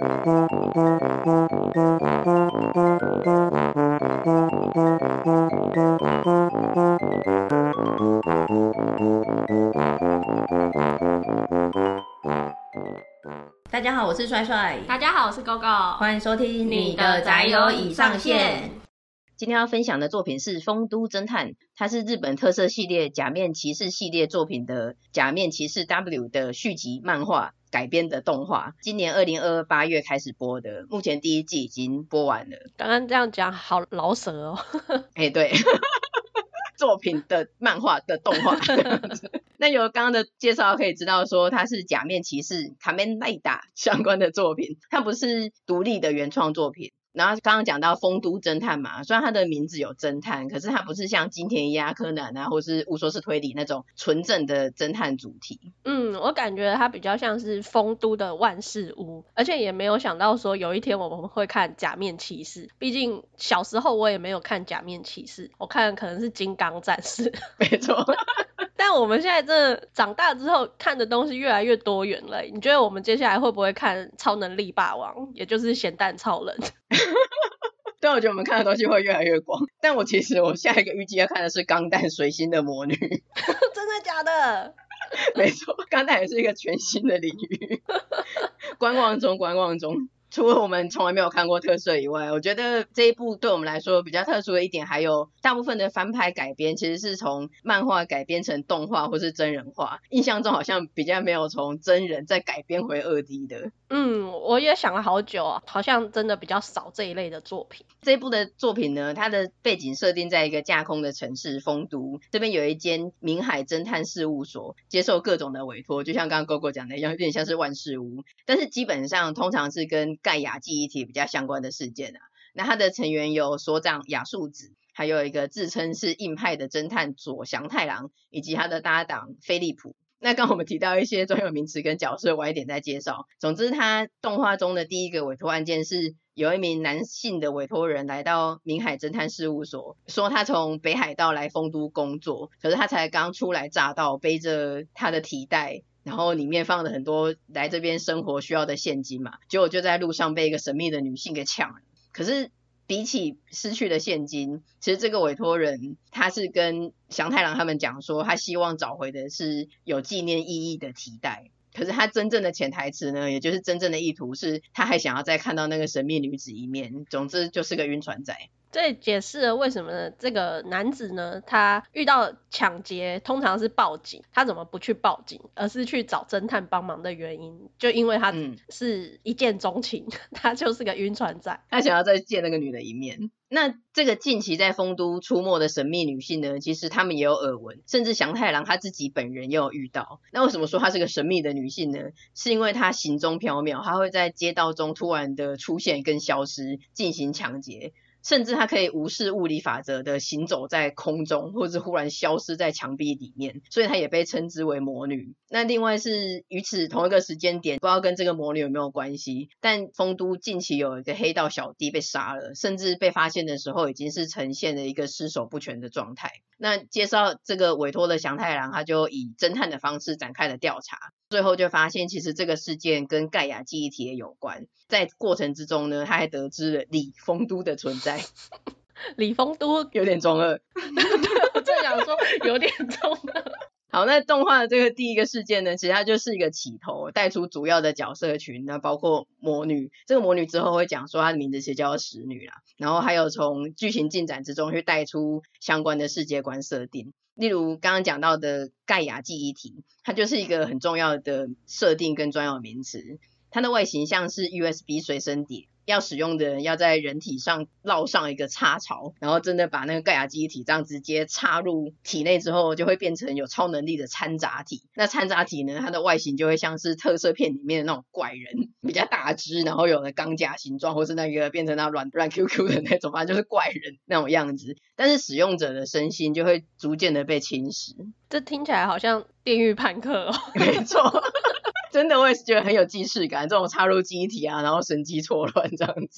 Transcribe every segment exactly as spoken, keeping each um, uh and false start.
大家好，我是帅帅。 大家好，我是 GoGo。 欢迎收听你的宅友已上线。 今天要分享的作品是《丰都侦探》，它是日本特色系列假面骑士系列作品的假面骑士 W 的续集漫画改编的动画，今年二零二二八月开始播的，目前第一季已经播完了。 刚刚这样讲好老舍哦。 哎、欸，对。作品的漫画的动画那有刚刚的介绍可以知道说它是假面骑士卡面赖达相关的作品，它不是独立的原创作品。然后刚刚讲到丰都侦探嘛，虽然它的名字有侦探，可是它不是像金田一啊、柯南啊或是巫说是推理那种纯正的侦探主题。 嗯，我感觉它比较像是丰都的万事屋，而且也没有想到说有一天我们会看假面骑士，毕竟小时候我也没有看假面骑士，我看的可能是金刚战士。 没错。 但我们现在真的长大之后看的东西越来越多元了，你觉得我们接下来会不会看超能力霸王，也就是咸蛋超人？ 对，我觉得我们看的东西会越来越广，但我其实我下一个预计要看的是钢弹水星的魔女。 真的假的？ 没错，钢弹也是一个全新的领域。观望中观望中，除了我们从来没有看过特摄以外，我觉得这一部对我们来说比较特殊的一点，还有大部分的翻拍改编其实是从漫画改编成动画或是真人化，印象中好像比较没有从真人再改编回 二 D 的。 嗯，我也想了好久啊，好像真的比较少这一类的作品。 这一部的作品呢，它的背景设定在一个架空的城市丰都，这边有一间明海侦探事务所，接受各种的委托，就像刚刚 GoGo 讲的一样，有点像是万事屋，但是基本上通常是跟盖亚记忆体比较相关的事件啊。那它的成员有所长雅树子，还有一个自称是硬派的侦探佐祥太郎，以及他的搭档飞利浦。那刚我们提到一些专有名词跟角色，晚一点再介绍。总之他动画中的第一个委托案件是有一名男性的委托人来到明海侦探事务所，说他从北海道来丰都工作，可是他才刚初来乍到，背着他的提袋，然后里面放了很多来这边生活需要的现金嘛，结果就在路上被一个神秘的女性给抢了。可是比起失去的现金，其实这个委托人他是跟祥太郎他们讲说，他希望找回的是有纪念意义的提袋。可是他真正的潜台词呢，也就是真正的意图是他还想要再看到那个神秘女子一面，总之就是个晕船仔。 这也解释了为什么这个男子呢，他遇到抢劫通常是报警，他怎么不去报警，而是去找侦探帮忙的原因，就因为他是一见钟情、嗯、他就是个晕船仔， 他想要再见那个女的一面。那这个近期在丰都出没的神秘女性呢，其实他们也有耳闻，甚至祥太郎他自己本人也有遇到。那为什么说她是个神秘的女性呢？是因为她行踪缥缈，她会在街道中突然的出现跟消失，进行抢劫，甚至他可以无视物理法则的行走在空中，或是忽然消失在墙壁里面，所以他也被称之为魔女。那另外是与此同一个时间点，不知道跟这个魔女有没有关系，但丰都近期有一个黑道小弟被杀了，甚至被发现的时候已经是呈现了一个尸首不全的状态。那介绍这个委托的祥太郎，他就以侦探的方式展开了调查，最后就发现其实这个事件跟盖亚记忆体也有关。在过程之中呢，他还得知了李丰都的存在。 李丰都有点中二。 对，我正想说有点中二。 好，那动画的这个第一个事件呢，其实它就是一个起头，带出主要的角色群，那包括魔女。这个魔女之后会讲说她的名字其实叫做使女啦，然后还有从剧情进展之中去带出相关的世界观设定。例如刚刚讲到的盖亚记忆体，它就是一个很重要的设定跟专有名词。它的外形像是 U S B 随身碟，要使用的人要在人体上绕上一个插槽，然后真的把那个盖亚记忆体这样直接插入体内之后，就会变成有超能力的掺杂体。那掺杂体呢，它的外形就会像是特摄片里面的那种怪人，比较大只，然后有了钢甲形状，或是那个变成那软软 Q Q 的那种，反正就是怪人那种样子。但是使用者的身心就会逐渐的被侵蚀。 这听起来好像电狱判客哦。 没错。真的我也是觉得很有既视感，这种插入记忆体啊，然后神机错乱这样子。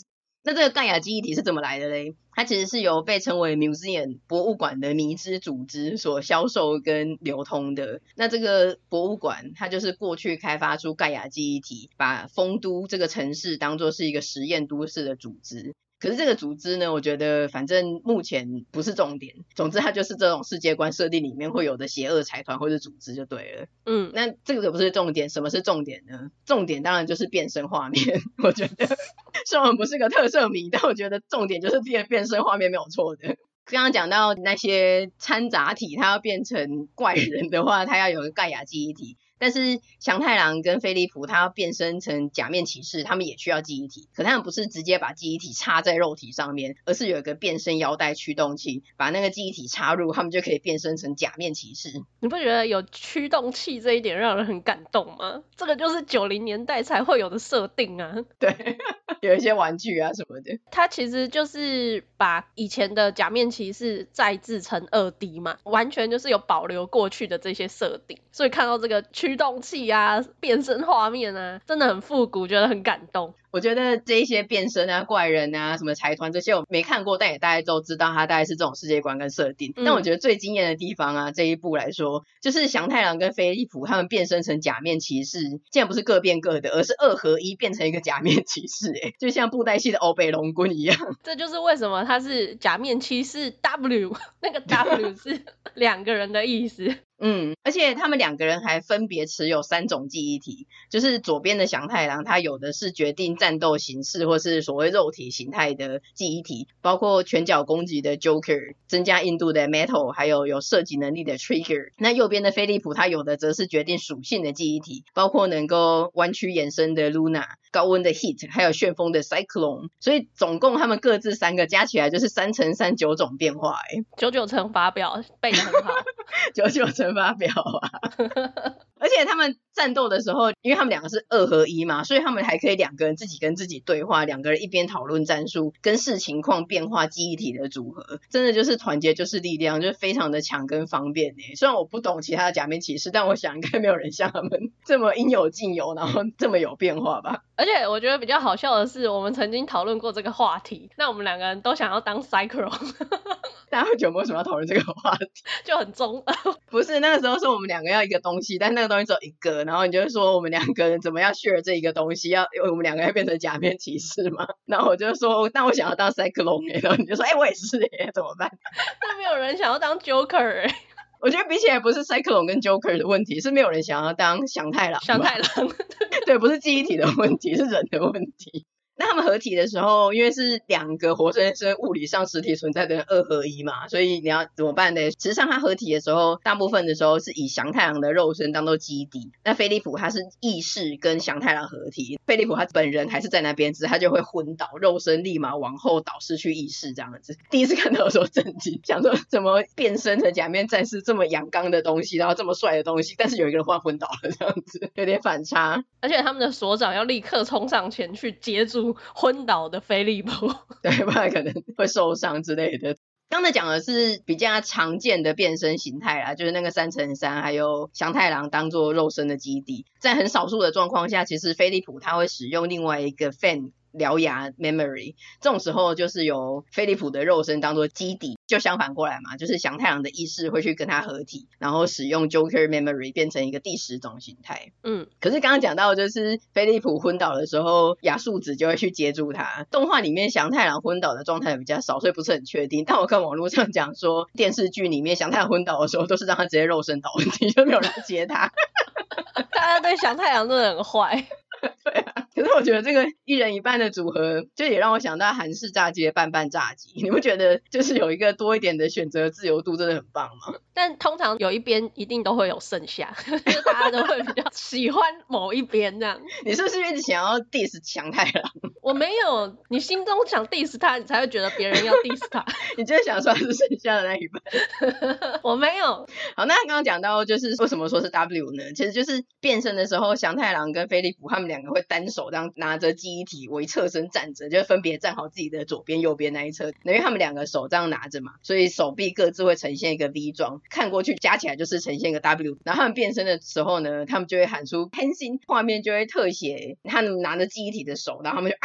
那这个盖亚记忆体是怎么来的嘞？它其实是由被称为 museum 博物馆的迷之组织所销售跟流通的。那这个博物馆它就是过去开发出盖亚记忆体，把丰都这个城市当作是一个实验都市的组织。可是这个组织呢，我觉得反正目前不是重点，总之它就是这种世界观设定里面会有的邪恶财团或者组织就对了。嗯，那这个不是重点，什么是重点呢？重点当然就是变身画面。我觉得虽然我不是个特摄迷，但我觉得重点就是变变身画面没有错的。刚刚讲到那些掺杂体它要变成怪人的话，它要有个盖亚记忆体，但是祥太郎跟飞利浦他要变身成假面骑士，他们也需要记忆体，可他们不是直接把记忆体插在肉体上面，而是有一个变身腰带驱动器，把那个记忆体插入，他们就可以变身成假面骑士。 你不觉得有驱动器这一点让人很感动吗？这个就是九零年代才会有的设定啊。 对，有一些玩具啊什么的。 它其实就是把以前的假面骑士再制成 二 D 嘛，完全就是有保留过去的这些设定，所以看到这个驱动器啊、变身画面啊，真的很复古，觉得很感动。 我觉得这一些变身啊、怪人啊、什么财团这些我没看过，但也大概都知道它大概是这种世界观跟设定。嗯、但我觉得最惊艳的地方啊，这一部来说，就是祥太郎跟飞利浦他们变身成假面骑士，竟然不是各变各的，而是二合一变成一个假面骑士、欸，就像布袋戏的欧北龙棍一样。 这就是为什么他是假面骑士 W， 那个 W 是两个人的意思。 嗯，而且他们两个人还分别持有三种记忆体，就是左边的祥太郎他有的是决定战斗形式或是所谓肉体形态的记忆体，包括拳脚攻击的 Joker， 增加硬度的 Metal， 还有有射击能力的 Trigger。 那右边的飞利浦他有的则是决定属性的记忆体，包括能够弯曲延伸的 Luna， 高温的 Heat， 还有旋风的 Cyclone。 所以总共他们各自三个加起来就是三乘三九种变化。欸、 九九乘法表背得很好。 九九乘法表啊。而且他们战斗的时候，因为他们两个是二合一嘛，所以他们还可以两个人自己跟自己对话，两个人一边讨论战术跟视情况变化记忆体的组合，真的就是团结就是力量，就是非常的强跟方便耶。虽然我不懂其他的假面骑士，但我想应该没有人像他们这么应有尽有，然后这么有变化吧。 而且我觉得比较好笑的是，我们曾经讨论过这个话题，那我们两个人都想要当 Cyclone。 大家会觉得为什么要讨论这个话题？ 就很中二。 不是，那个时候是我们两个要一个东西，但那个东西只有一个，然后你就说我们两个人怎么样 share 这一个东西，要我们两个要变成假面骑士嘛？然后我就说那我想要当 Cyclone， 然后你就说哎、欸、我也是耶，怎么办？ 那没有人想要当 Joker 耶。 我觉得比起来不是 Cyclone 跟 Joker 的问题，是没有人想要当祥太郎。 祥太郎。 对，不是记忆体的问题，是人的问题。那他们合体的时候，因为是两个活生生物理上实体存在的二合一嘛，所以你要怎么办呢？实际上他合体的时候，大部分的时候是以祥太郎的肉身当做基底，那飞利浦他是意识跟祥太郎合体，飞利浦他本人还是在那边，只是他就会昏倒，肉身立马往后倒，失去意识这样子。第一次看到的时候震惊，想说怎么变身的假面战士这么阳刚的东西，然后这么帅的东西，但是有一个人忽然昏倒了这样子，有点反差。 而且他们的所长要立刻冲上前去接住昏倒的飞利浦。 对，不然可能会受伤之类的。刚才讲的是比较常见的变身形态啦，就是那个三乘三还有祥太郎当做肉身的基底。在很少数的状况下，其实飞利浦他会使用另外一个 fan獠牙 memory， 这种时候就是由飞利浦的肉身当做基底，就相反过来嘛，就是祥太郎的意识会去跟他合体，然后使用 Joker memory 变成一个第十种形态。嗯，可是刚刚讲到就是飞利浦昏倒的时候，亚树子就会去接住他。动画里面祥太郎昏倒的状态比较少，所以不是很确定，但我看网络上讲说电视剧里面祥太郎昏倒的时候都是让他直接肉身倒问题，就没有人接他。 大家对祥太郎真的很坏。 对啊，可是我觉得这个一人一半的组合就也让我想到韩式炸鸡的半半炸鸡，你不觉得就是有一个多一点的选择自由度真的很棒吗？ 但通常有一边一定都会有剩下，就是大家都会比较喜欢某一边这样。 你是不是一直想要 diss 祥太郎？ 我没有，你心中想 diss 他，你才会觉得别人要 diss 他。 你就是想说他是剩下的那一半。 我没有。 好，那刚刚讲到就是为什么说是 W 呢？其实就是变身的时候，祥太郎跟飞利浦他们两个会单手这样拿着记忆体为侧身站着，就分别站好自己的左边右边那一侧，因为他们两个手这样拿着嘛，所以手臂各自会呈现一个 V 状，看过去加起来就是呈现一个 W。 然后他们变身的时候呢，他们就会喊出 Henshin， 画面就会特写他们拿着记忆体的手，然后他们就按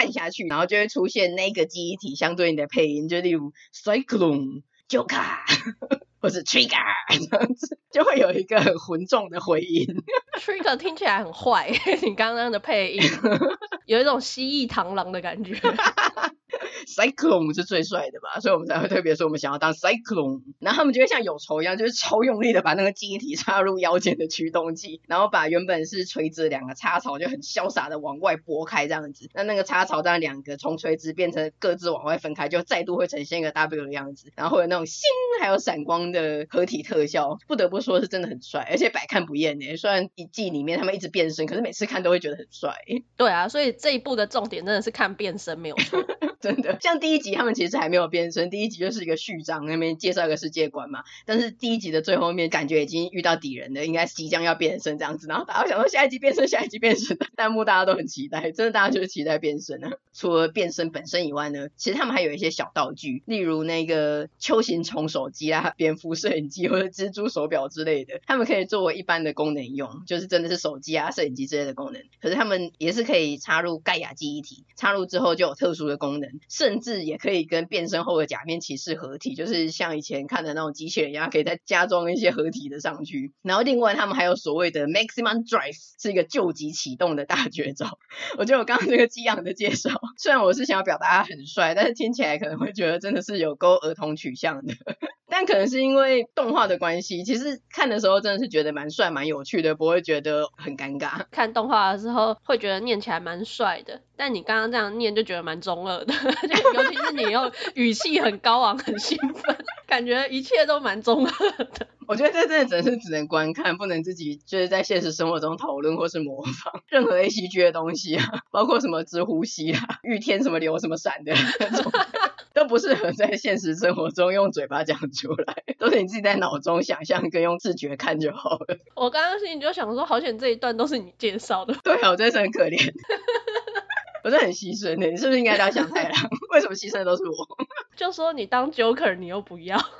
按下去，然后就会出现那个记忆体相对应的配音，就例如 Cyclone Joker 或是 Trigger 这样子，就会有一个很浑重的回音。 Trigger 听起来很坏，你刚刚的配音有一种蜥蜴螳螂的感觉。 Cyclone 是最帅的吧，所以我们才会特别说我们想要当 Cyclone。 然后他们就会像有仇一样，就是超用力的把那个记忆体插入腰间的驱动器，然后把原本是垂直的两个插槽就很潇洒的往外拨开这样子，那那个插槽当然两个从垂直变成各自往外分开，就再度会呈现一个 W 的样子，然后会有那种星还有闪光的合体特效，不得不说是真的很帅，而且百看不厌耶。虽然一季里面他们一直变身，可是每次看都会觉得很帅。 对啊，所以这一部的重点真的是看变身没有错。 真的，像第一集他们其实还没有变身，第一集就是一个序章，那边介绍一个世界观嘛，但是第一集的最后面感觉已经遇到敌人了，应该即将要变身这样子，然后大家想说下一集变身下一集变身，弹幕大家都很期待，真的大家就是期待变身啊。除了变身本身以外呢，其实他们还有一些小道具，例如那个鍬形虫手机啊、蝙蝠摄影机或者蜘蛛手表之类的，他们可以作为一般的功能用，就是真的是手机啊、摄影机之类的功能，可是他们也是可以插入盖亚记忆体，插入之后就有特殊的功能，甚至也可以跟变身后的假面骑士合体，就是像以前看的那种机器人一样，可以再加装一些合体的上去。然后另外他们还有所谓的 Maximum Drive， 是一个救急启动的大绝招。我觉得我刚刚这个激昂的介绍，虽然我是想要表达他很帅，但是听起来可能会觉得真的是有够儿童取向的。但可能是因为动画的关系，其实看的时候真的是觉得蛮帅蛮有趣的，不会觉得很尴尬。 看动画的时候会觉得念起来蛮帅的，但你刚刚这样念就觉得蛮中二的。就尤其是你用语气很高昂很兴奋，感觉一切都蛮中二的。 我觉得这真的只是只能观看，不能自己就是在现实生活中讨论或是模仿任何 A C G 的东西啊，包括什么直呼吸啊、御天什么流什么闪的那种都不适合在现实生活中用嘴巴讲出来，都是你自己在脑中想象跟用视觉看就好了。 我刚刚心里就想说，好险这一段都是你介绍的。 对啊，我真的是很可怜。我真的很牺牲的，你是不是应该当小太郎？为什么牺牲的都是我？ 就说你当 Joker 你又不要。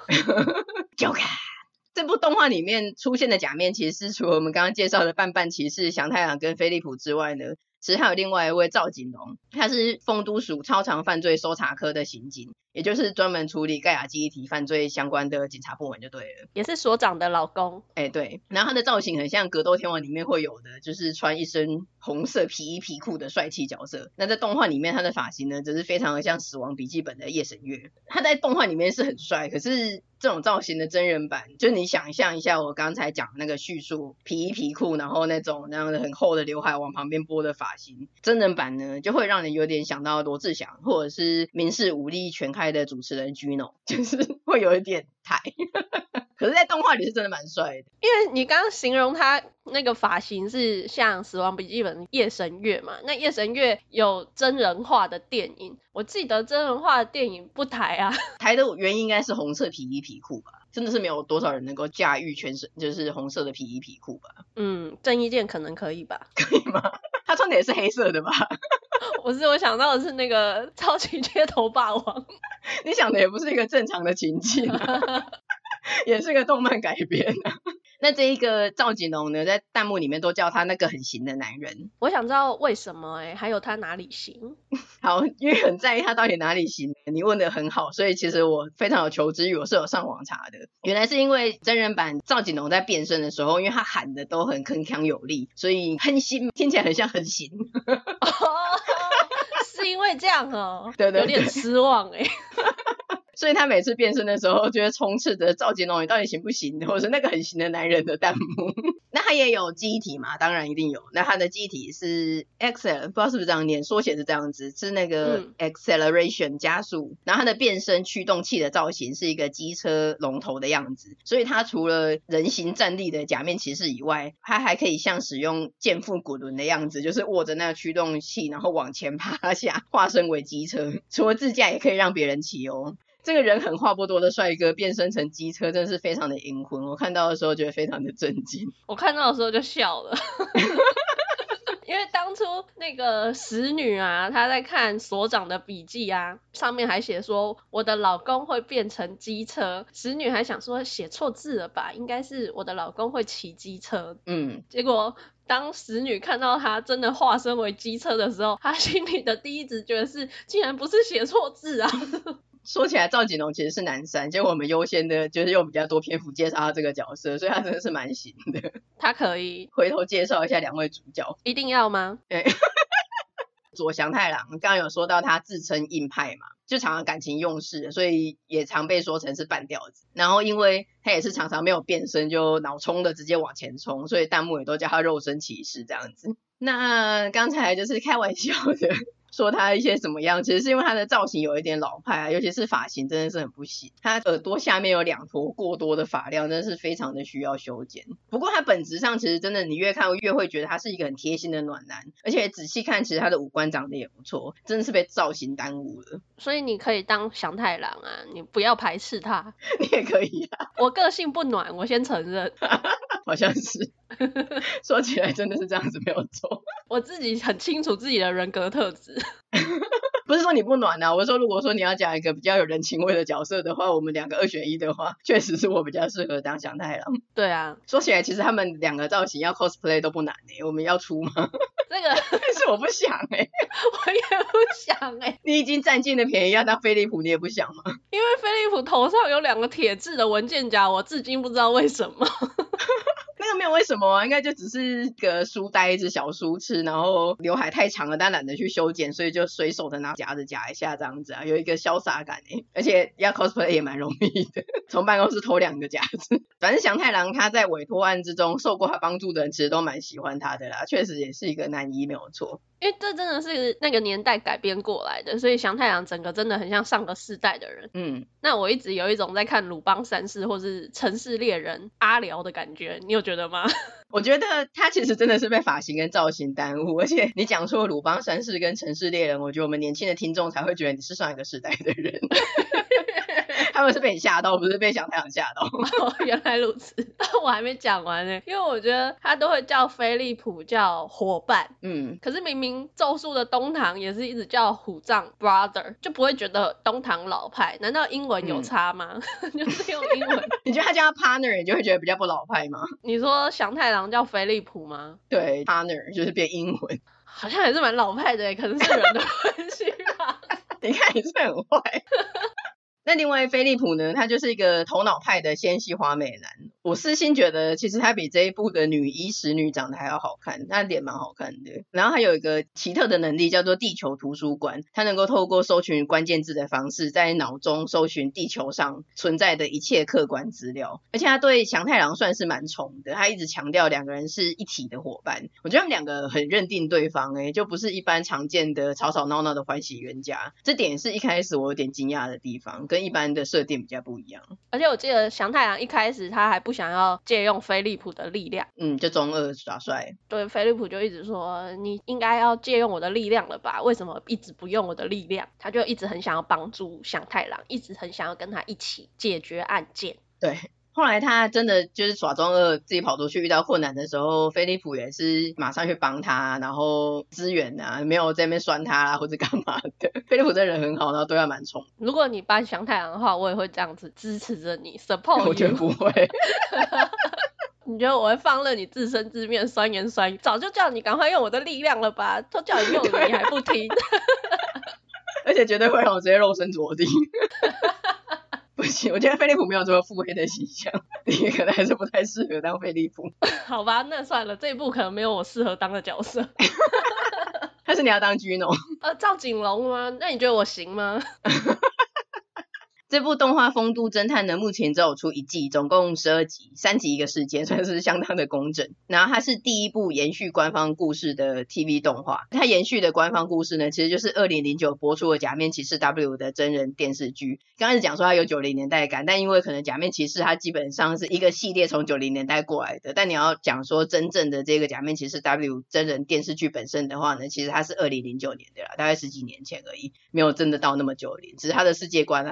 Joker 这部动画里面出现的假面骑士，除了我们刚刚介绍的半半骑士翔太郎跟飞利浦之外呢，其实还有另外一位赵景龙，他是丰都署超常犯罪搜查科的刑警，也就是专门处理盖亚记忆体犯罪相关的警察部门就对了， 也是所长的老公。 哎，对，然后他的造型很像格斗天王里面会有的，就是穿一身红色皮衣皮裤的帅气角色。那在动画里面他的发型呢，则是非常的像死亡笔记本的夜神月。他在动画里面是很帅，可是这种造型的真人版，就你想象一下我刚才讲的那个叙述，皮衣皮裤，然后那种那样的很厚的刘海往旁边拨的发型，真人版呢就会让人有点想到罗志祥或者是民视武力全开的主持人 Gino， 就是会有一点台。可是在动画里是真的蛮帅的， 因为你刚刚形容他那个发型是像死亡笔记本夜神月嘛，那夜神月有真人化的电影，我记得真人化的电影不台啊。 台的原因应该是红色皮衣皮裤吧，真的是没有多少人能够驾驭全身就是红色的皮衣皮裤吧。 嗯，郑伊健可能可以吧。 可以吗？他穿的也是黑色的吧？ 我是我想到的是那个超级街头霸王。 你想的也不是一个正常的情境啊。也是个动漫改编啊。那这一个赵景龙呢，在弹幕里面都叫他那个很行的男人。 我想知道为什么哎、欸，还有他哪里行？ 好，因为很在意他到底哪里行，你问得很好，所以其实我非常有求知欲，我是有上网查的。原来是因为真人版赵景龙在变身的时候，因为他喊的都很铿锵有力，所以很行听起来很像很行。 哦，是因为这样哦， 对对对， 有点失望哎、欸。 所以他每次变身的时候就会充斥着赵景龙你到底行不行，或者是那个很行的男人的弹幕。那他也有记忆体嘛，当然一定有。那他的记忆体是 Accel， 不知道是不是这样念，缩写是这样子，是那个 Acceleration 加速、嗯、然后他的变身驱动器的造型是一个机车龙头的样子，所以他除了人形站立的假面骑士以外，他还可以像使用剑腹滚轮的样子，就是握着那个驱动器然后往前趴下，化身为机车，除了自驾也可以让别人骑哦。这个人很话不多的帅哥变身成机车真的是非常的阴魂，我看到的时候觉得非常的震惊。 我看到的时候就笑了。 因为当初那个使女啊，她在看所长的笔记啊，上面还写说我的老公会变成机车，使女还想说写错字了吧，应该是我的老公会骑机车。嗯，结果当使女看到他真的化身为机车的时候，他心里的第一直觉是竟然不是写错字啊。 说起来赵景龙其实是男三，结果我们优先的就是用比较多篇幅介绍他这个角色，所以他真的是蛮行的。 他可以回头介绍一下两位主角。 一定要吗？ 对。佐祥太郎刚刚有说到他自称硬派嘛，就常常感情用事，所以也常被说成是半吊子。然后因为他也是常常没有变身就脑冲的直接往前冲，所以弹幕也都叫他肉身骑士这样子。那刚才就是开玩笑的说他一些怎么样，其实是因为他的造型有一点老派啊，尤其是发型真的是很不行。他耳朵下面有两坨过多的发量，真的是非常的需要修剪。不过他本质上其实真的你越看越会觉得他是一个很贴心的暖男，而且仔细看其实他的五官长得也不错，真的是被造型耽误了。 所以你可以当祥太郎啊，你不要排斥他。 你也可以啊。 我个性不暖，我先承认。 好像是。说起来真的是这样子没有错。 我自己很清楚自己的人格特质。 不是说你不暖啊，我说如果说你要讲一个比较有人情味的角色的话，我们两个二选一的话，确实是我比较适合当祥太郎。 对啊。 说起来其实他们两个造型要 cosplay 都不难欸，我们要出吗？ 这个但是我不想欸。 我也不想欸。 你已经占尽了便宜，要当飞利浦你也不想吗？ 因为飞利浦头上有两个铁质的文件夹，我至今不知道为什么。 那个没有为什么啊，应该就只是个书呆子小书痴，然后刘海太长了但懒得去修剪，所以就随手的拿夹子夹一下这样子啊，有一个潇洒感欸。而且要 cosplay 也蛮容易的，从办公室偷两个夹子。反正祥太郎他在委托案之中受过他帮助的人其实都蛮喜欢他的啦，确实也是一个男一没有错。 因为这真的是那个年代改编过来的，所以祥太郎整个真的很像上个世代的人。嗯，那我一直有一种在看鲁邦三世或是城市猎人阿辽的感觉，你有觉得吗？ 我觉得他其实真的是被发型跟造型耽误，而且你讲说鲁邦三世跟城市猎人，我觉得我们年轻的听众才会觉得你是上一个世代的人。他们是被你吓到，不是被祥太郎吓到。 哦，原来如此。我还没讲完呢，因为我觉得他都会叫飞利浦叫伙伴，嗯，可是明明咒术的东堂也是一直叫虎杖 brother， 就不会觉得东堂老派，难道英文有差吗？嗯、就是用英文。 你觉得他叫他 partner 你就会觉得比较不老派吗？ 你说祥太郎叫飞利浦吗？ 对， partner 就是变英文， 好像还是蛮老派的，可能是人的关系吧。 你看你是很坏。那另外飞利浦呢，他就是一个头脑派的纤细花美男，我私心觉得其实他比这一部的女一使女长得还要好看，他脸蛮好看的。然后还有一个奇特的能力叫做地球图书馆，他能够透过搜寻关键字的方式在脑中搜寻地球上存在的一切客观资料，而且他对祥太郎算是蛮宠的，他一直强调两个人是一体的伙伴。我觉得他们两个很认定对方欸，就不是一般常见的吵吵闹闹的欢喜冤家，这点是一开始我有点惊讶的地方，跟一般的设定比较不一样。 而且我记得祥太郎一开始他还不想要借用飞利浦的力量， 嗯，就中二耍帅。 对，飞利浦就一直说你应该要借用我的力量了吧，为什么一直不用我的力量？他就一直很想要帮助祥太郎，一直很想要跟他一起解决案件。 对，后来他真的就是耍中二，自己跑出去遇到困难的时候，飞利浦也是马上去帮他，然后支援啊，没有在那边酸他啦或者干嘛的。飞利浦这人很好，然后对他蛮宠。 如果你帮祥太郎的话，我也会这样子支持着你 support you。 我觉得不会。 你觉得我会放任你自生自灭酸言酸语？早就叫你赶快用我的力量了吧，都叫你用了你还不听。 而且绝对会让我直接肉身着地。不行，我觉得飞利浦没有这么腹黑的形象，你可能还是不太适合当飞利浦。 好吧，那算了，这一部可能没有我适合当的角色。 但是你要当Gino。 呃，赵景龙吗？那你觉得我行吗？ 这部动画《风都侦探》呢，目前只有出一季，总共十二集，三集一个事件，算是相当的工整。然后它是第一部延续官方故事的 T V 动画，它延续的官方故事呢，其实就是二零零九播出的假面骑士 W 的真人电视剧。刚开始讲说它有九零年代感，但因为可能假面骑士它基本上是一个系列从九零年代过来的，但你要讲说真正的这个假面骑士 W 真人电视剧本身的话呢，其实它是二零零九年的啦，大概十几年前而已，没有真的到那么九零，只是它的世界观啊设定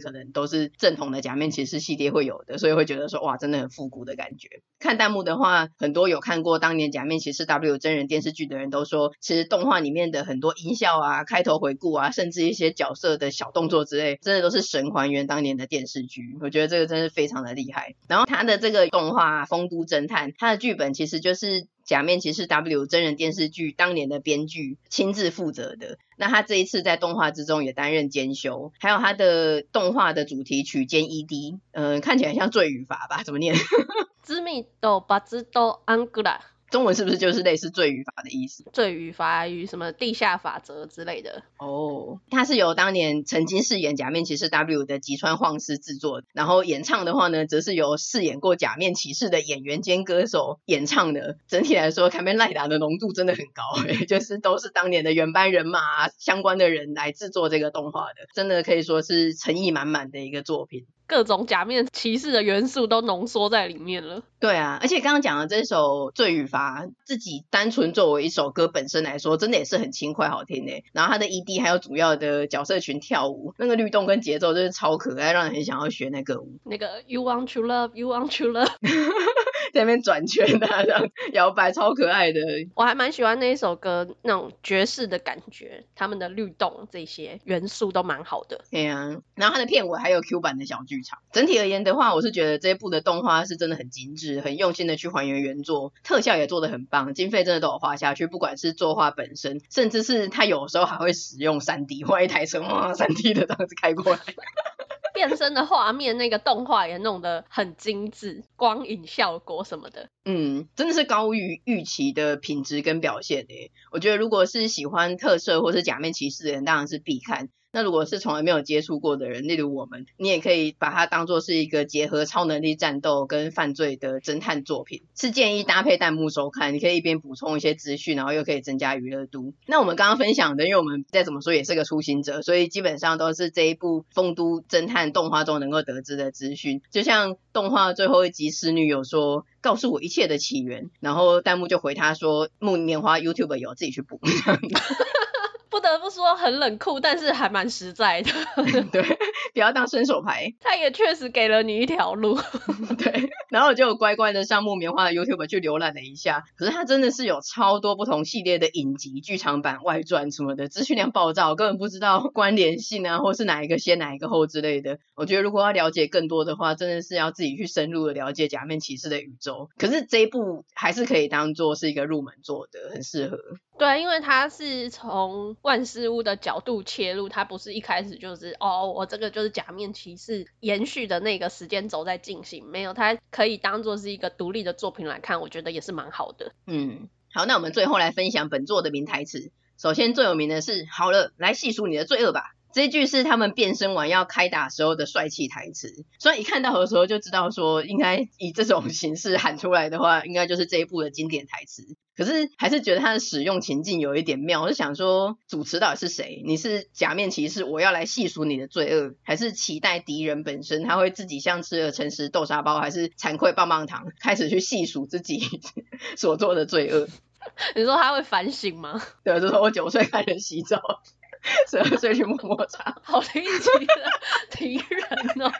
可能都是正统的假面骑士系列会有的，所以会觉得说哇真的很复古的感觉。看弹幕的话，很多有看过当年假面骑士 W 真人电视剧的人都说，其实动画里面的很多音效啊、开头回顾啊，甚至一些角色的小动作之类，真的都是神还原当年的电视剧，我觉得这个真是非常的厉害。然后他的这个动画丰都侦探，他的剧本其实就是假面骑士 W 真人电视剧当年的编剧亲自负责的，那他这一次在动画之中也担任监修，还有他的动画的主题曲兼 E D， 呃，看起来像罪语法吧，怎么念？ 知名度巴知道安格拉， 中文是不是就是类似罪语法的意思？ 罪语法与什么地下法则之类的。 哦，他是由当年曾经饰演假面骑士 W 的吉川晃司制作，然后演唱的话呢，则是由饰演过假面骑士的演员兼歌手演唱的。整体来说，卡面赖达的浓度真的很高，欸，就是都是当年的原班人马，啊，相关的人来制作这个动画的，真的可以说是诚意满满的一个作品。 各种假面骑士的元素都浓缩在里面了。 对啊，而且刚刚讲的这首罪语法，自己单纯作为一首歌本身来说，真的也是很轻快好听耶。然后它的 E D 还有主要的角色群跳舞，那个律动跟节奏就是超可爱，让人很想要学那个舞。 那个 You want to love, you want to love 在那边转圈啊，这样摇摆，超可爱的。 我还蛮喜欢那一首歌那种爵士的感觉，他们的律动这些元素都蛮好的。 对啊，然后它的片尾还有 Q 版的小剧场。整体而言的话，我是觉得这一部的动画是真的很精致，很用心的去还原原作，特效也做得很棒，经费真的都有花下去，不管是作画本身，甚至是它有时候还会使用 三 D， 画一台车哇 三 D 的这样子开过来。 变身的画面那个动画也弄得很精致，光影效果什么的， 嗯，真的是高于预期的品质跟表现耶。我觉得如果是喜欢特摄或是假面骑士的人，当然是必看。那如果是从来没有接触过的人，例如我们，你也可以把它当作是一个结合超能力战斗跟犯罪的侦探作品，是建议搭配弹幕收看，你可以一边补充一些资讯，然后又可以增加娱乐度。那我们刚刚分享的，因为我们再怎么说也是个初心者，所以基本上都是这一部丰都侦探动画中能够得知的资讯。就像动画最后一集侍女有说告诉我一切的起源，然后弹幕就回他说木棉花 YouTube 有，自己去补。 不得不说很冷酷，但是还蛮实在的。 对，不要当伸手牌。 他也确实给了你一条路。 对，然后我就乖乖的上木棉花的 YouTube 去浏览了一下，可是它真的是有超多不同系列的影集、剧场版、外传什么的，资讯量爆炸，我根本不知道关联性啊，或是哪一个先哪一个后之类的。我觉得如果要了解更多的话，真的是要自己去深入的了解假面骑士的宇宙。可是这一部还是可以当做是一个入门作的，很适合。 对，因为它是从万事屋的角度切入，它不是一开始就是哦，我这个就是假面骑士延续的那个时间轴在进行，没有，它可以当做是一个独立的作品来看，我觉得也是蛮好的。 嗯，好，那我们最后来分享本作的名台词。首先最有名的是，好了，来细数你的罪恶吧。这一句是他们变身完要开打时候的帅气台词，所以一看到的时候就知道说，应该以这种形式喊出来的话，应该就是这一部的经典台词。可是还是觉得它的使用情境有一点妙，我就想说主持到底是谁？你是假面骑士，我要来细数你的罪恶，还是期待敌人本身他会自己像吃了诚实豆沙包还是惭愧棒棒糖，开始去细数自己所做的罪恶？ 你说他会反省吗？ 对，就说我九岁开始洗澡，十二岁去摸摸茶， 好低级的敌人哦。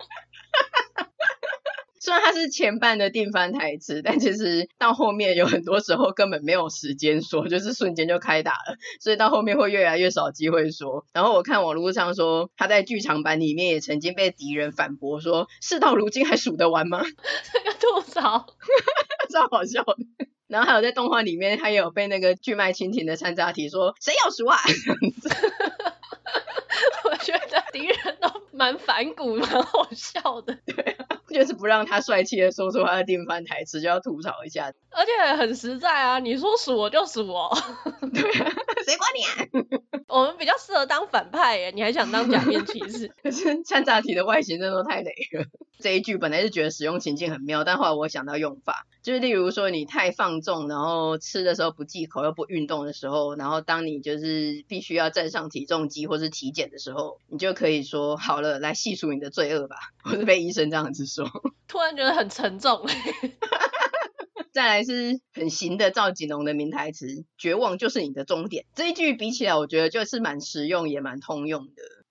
虽然它是前半的定番台词，但其实到后面有很多时候根本没有时间说，就是瞬间就开打了，所以到后面会越来越少机会说。然后我看网络上说他在剧场版里面也曾经被敌人反驳说，事到如今还数得完吗？ 这个吐槽超好笑的。然后还有在动画里面他也有被那个巨麦蜻蜓的山楂体说谁要数啊。 我觉得敌人都蛮反骨蛮好笑的。 对啊，就是不让他帅气的说出他的定番台词，就要吐槽一下， 而且很实在啊，你说数我就数哦。 对啊，谁管你啊。 我们比较适合当反派耶，你还想当假面骑士？ 可是山楂体的外形真的都太雷了。这一句本来是觉得使用情境很妙，但后来我想到用法，就是例如说你太放纵，然后吃的时候不忌口又不运动的时候，然后当你就是必须要站上体重机或是体检的时候，你就可以说好了，来细数你的罪恶吧，或是被医生这样子说。 突然觉得很沉重。 再来是很行的赵景龙的名台词，绝望就是你的终点。这一句比起来我觉得就是蛮实用也蛮通用的。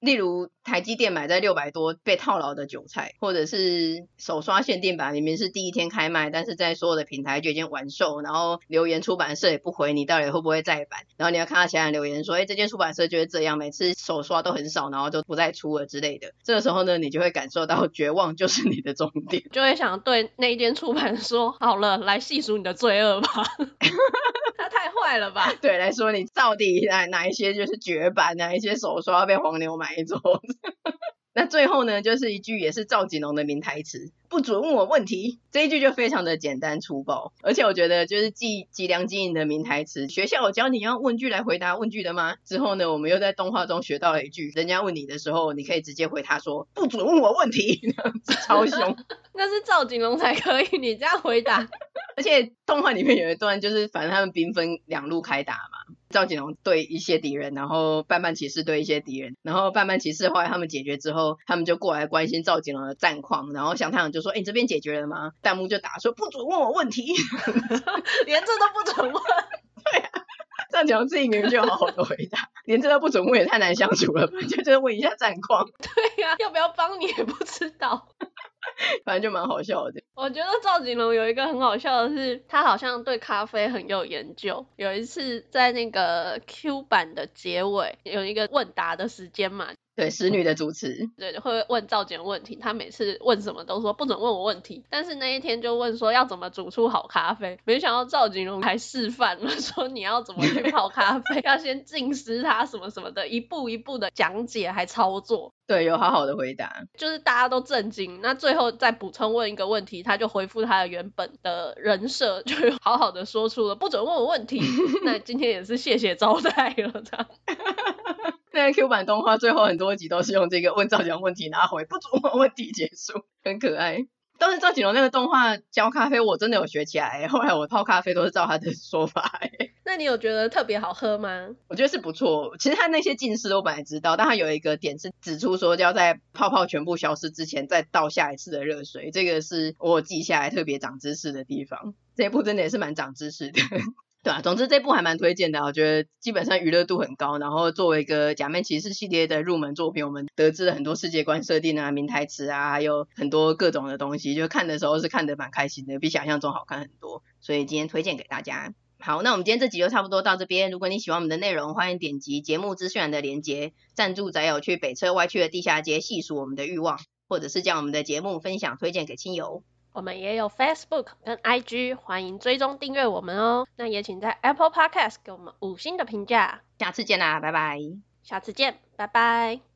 例如台积电买在六百多被套牢的韭菜，或者是手刷限定版明明是第一天开卖，但是在所有的平台就已经完售，然后留言出版社也不回你到底会不会再版，然后你要看到其他人留言说，哎，这间出版社就是这样，每次手刷都很少，然后就不再出了之类的。这个时候呢，你就会感受到绝望就是你的终点， 就会想对那一间出版说，好了，来细数你的罪恶吧。他太坏了吧？ 对，来说你到底哪哪一些就是绝版，哪一些手刷被黄牛买走。那最后呢，就是一句也是赵锦龙的名台词，不准问我问题。这一句就非常的简单粗暴，而且我觉得就是继吉良经营的名台词，学校有教你要问句来回答问句的吗？之后呢，我们又在动画中学到了一句，人家问你的时候，你可以直接回他说，不准问我问题，超凶。 那是赵锦龙才可以，你这样回答。 而且动画里面有一段就是反正他们兵分两路开打嘛，赵锦龙对一些敌人，然后半半骑士对一些敌人，然后半半骑士后来他们解决之后，他们就过来关心赵锦龙的战况，然后祥太郎就说，哎，你这边解决了吗？弹幕就打说不准问我问题。 连这都不准问。 对啊，赵锦龙自己明明就好好的回答，连这都不准问也太难相处了吧，就就是问一下战况。 对啊，要不要帮你也不知道。 反正就蛮好笑的。 我觉得赵锦龙有一个很好笑的是，他好像对咖啡很有研究。有一次在那个 Q 版的结尾有一个问答的时间嘛， 对，使女的主持， 对，会问赵锦龙问题，他每次问什么都说不准问我问题，但是那一天就问说要怎么煮出好咖啡，没想到赵锦龙还示范了，说你要怎么去泡咖啡，要先浸湿它什么什么的，一步一步的讲解还操作。 对，有好好的回答， 就是大家都震惊，那最后再补充问一个问题，他就恢复他的原本的人设，就好好的说出了不准问我问题。那今天也是谢谢招待了这样。 那个 Q 版动画最后很多集都是用这个问赵锦龙问题拿回不准问问题结束，很可爱。但是赵锦龙那个动画教咖啡我真的有学起来，后来我泡咖啡都是照他的说法。 那你有觉得特别好喝吗？ 我觉得是不错，其实他那些近似我本来知道，但他有一个点是指出说要在泡泡全部消失之前再倒下一次的热水，这个是我记下来特别长知识的地方。这一部真的也是蛮长知识的。对啊，总之这部还蛮推荐的，我觉得基本上娱乐度很高，然后作为一个假面骑士系列的入门作品，我们得知了很多世界观设定啊、名台词啊，还有很多各种的东西，就看的时候是看得蛮开心的，比想象中好看很多，所以今天推荐给大家。好，那我们今天这集就差不多到这边，如果你喜欢我们的内容，欢迎点击节目资讯栏的连结，赞助宅友去北车歪区的地下街细数我们的欲望，或者是将我们的节目分享推荐给亲友。 我们也有 Facebook 跟 I G， 欢迎追踪订阅我们哦。那也请在 Apple Podcast 给我们五星的评价。 下次见啦，拜拜。 下次见，拜拜。